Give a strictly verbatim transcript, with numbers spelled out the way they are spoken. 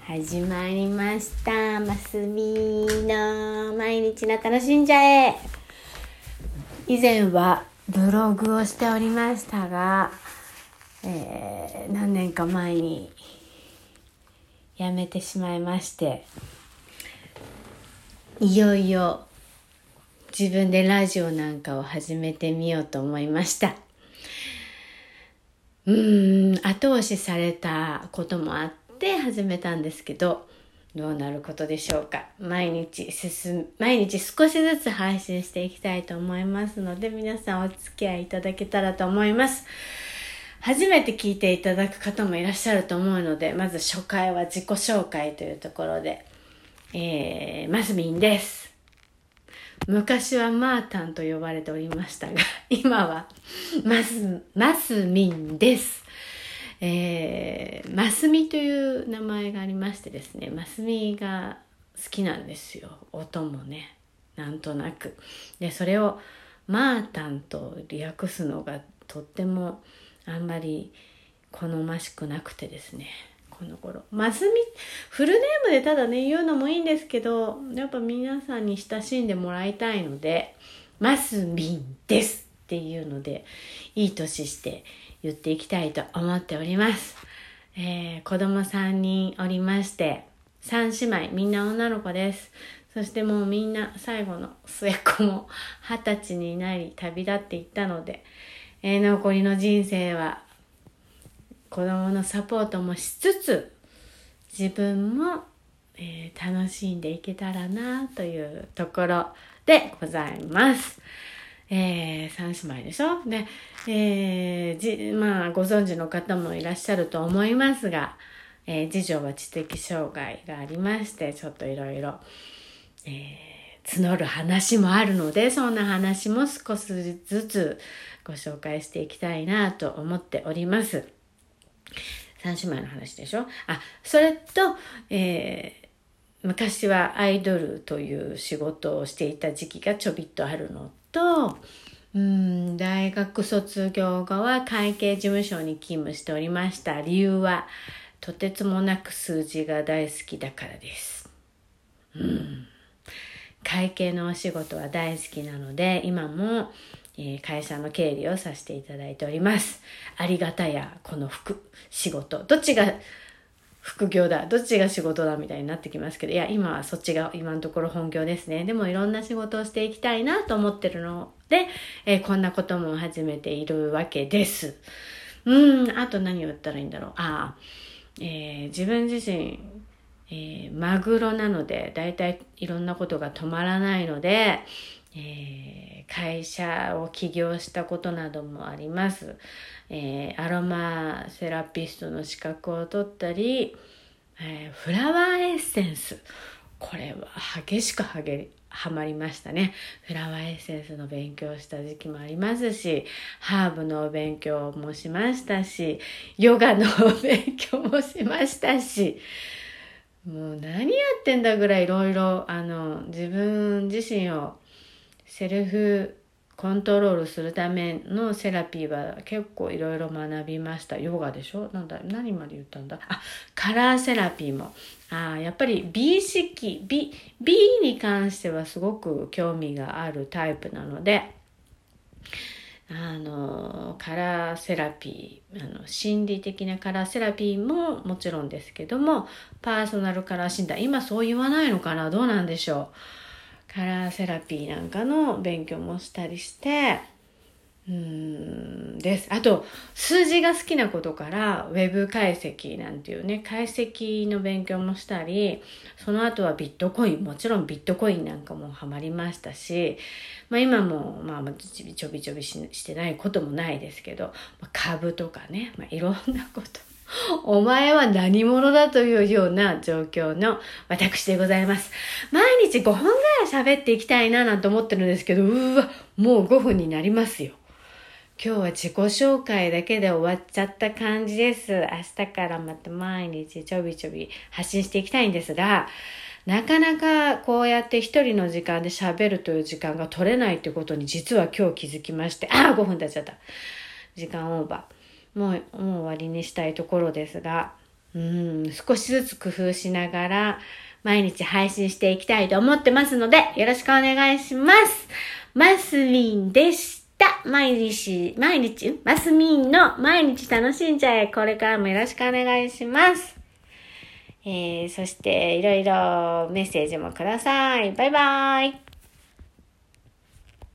始まりました。ますみの毎日の楽しんじゃえ。以前はブログをしておりましたが、えー、何年か前にやめてしまいまして、いよいよ自分でラジオなんかを始めてみようと思いました。うーん、後押しされたこともあって始めたんですけど、どうなることでしょうか。毎日進む、毎日少しずつ配信していきたいと思いますので、皆さんお付き合いいただけたらと思います。初めて聞いていただく方もいらっしゃると思うので、まず初回は自己紹介というところで、えー、マスミンです。昔はマータンと呼ばれておりましたが、今はマス、マスミンです。えー、マスミという名前がありましてですね、マスミが好きなんですよ。音もね、なんとなく。で、それをマータンと略すのがとってもあんまり好ましくなくてですね、この頃マスミフルネームでただね言うのもいいんですけど、やっぱ皆さんに親しんでもらいたいので、マスミンですっていうのでいい年して言っていきたいと思っております。えー、子供さんにんおりまして、さん姉妹みんな女の子です。そしてもうみんな最後の末っ子も二十歳になり旅立っていったので、えー、残りの人生は子供のサポートもしつつ自分も、えー、楽しんでいけたらなというところでございます。えー、三姉妹でしょ。で、えー、じまあご存知の方もいらっしゃると思いますが、えー、次女は知的障害がありまして、ちょっといろいろ募る話もあるので、そんな話も少しずつご紹介していきたいなと思っております。三姉妹の話でしょ。あ、それと、えー、昔はアイドルという仕事をしていた時期がちょびっとあるのと、うーん、大学卒業後は会計事務所に勤務しておりました。理由はとてつもなく数字が大好きだからです。うん、会計のお仕事は大好きなので、今も会社の経理をさせていただいております。ありがたやこの副仕事、どっちが副業だ、どっちが仕事だみたいになってきますけど、いや今はそっちが今のところ本業ですね。でもいろんな仕事をしていきたいなと思ってるので、えー、こんなことも始めているわけです。うん、あと何を言ったらいいんだろう。あ、えー、自分自身、えー、マグロなのでだいたいいろんなことが止まらないので、えー、会社を起業したことなどもあります。えー、アロマセラピストの資格を取ったり、えー、フラワーエッセンス、これは激しくはげはまりましたね。フラワーエッセンスの勉強をした時期もありますし、ハーブの勉強もしましたし、ヨガの勉強もしましたし、もう何やってんだぐらいいろいろあの自分自身をセルフコントロールするためのセラピーは結構いろいろ学びました。ヨガでしょ。なんだ、何まで言ったんだ。あ、カラーセラピーも。あ、やっぱり美意識、美、美に関してはすごく興味があるタイプなので、あのカラーセラピー、あの心理的なカラーセラピーももちろんですけども、パーソナルカラー診断、今そう言わないのかな、どうなんでしょう。カラーセラピーなんかの勉強もしたりして、うーんです。あと数字が好きなことからウェブ解析なんていうね、解析の勉強もしたり、その後はビットコイン、もちろんビットコインなんかもハマりましたし、まあ、今もまあちびちょびちょび し, してないこともないですけど、株とかね、まあ、いろんなことお前は何者だというような状況の私でございます。毎日ごふんぐらい喋っていきたいななんて思ってるんですけど、うわ、もうごふんになりますよ。今日は自己紹介だけで終わっちゃった感じです。明日からまた毎日ちょびちょび発信していきたいんですが、なかなかこうやって一人の時間で喋るという時間が取れないということに実は今日気づきまして、ああごふん経っちゃった。時間オーバー。もう、もう終わりにしたいところですが、ううん、少しずつ工夫しながら毎日配信していきたいと思ってますので、よろしくお願いします。マスミンでした。毎日、毎日、マスミンの毎日楽しんじゃえ。これからもよろしくお願いします。えー、そしていろいろメッセージもください。バイバイ。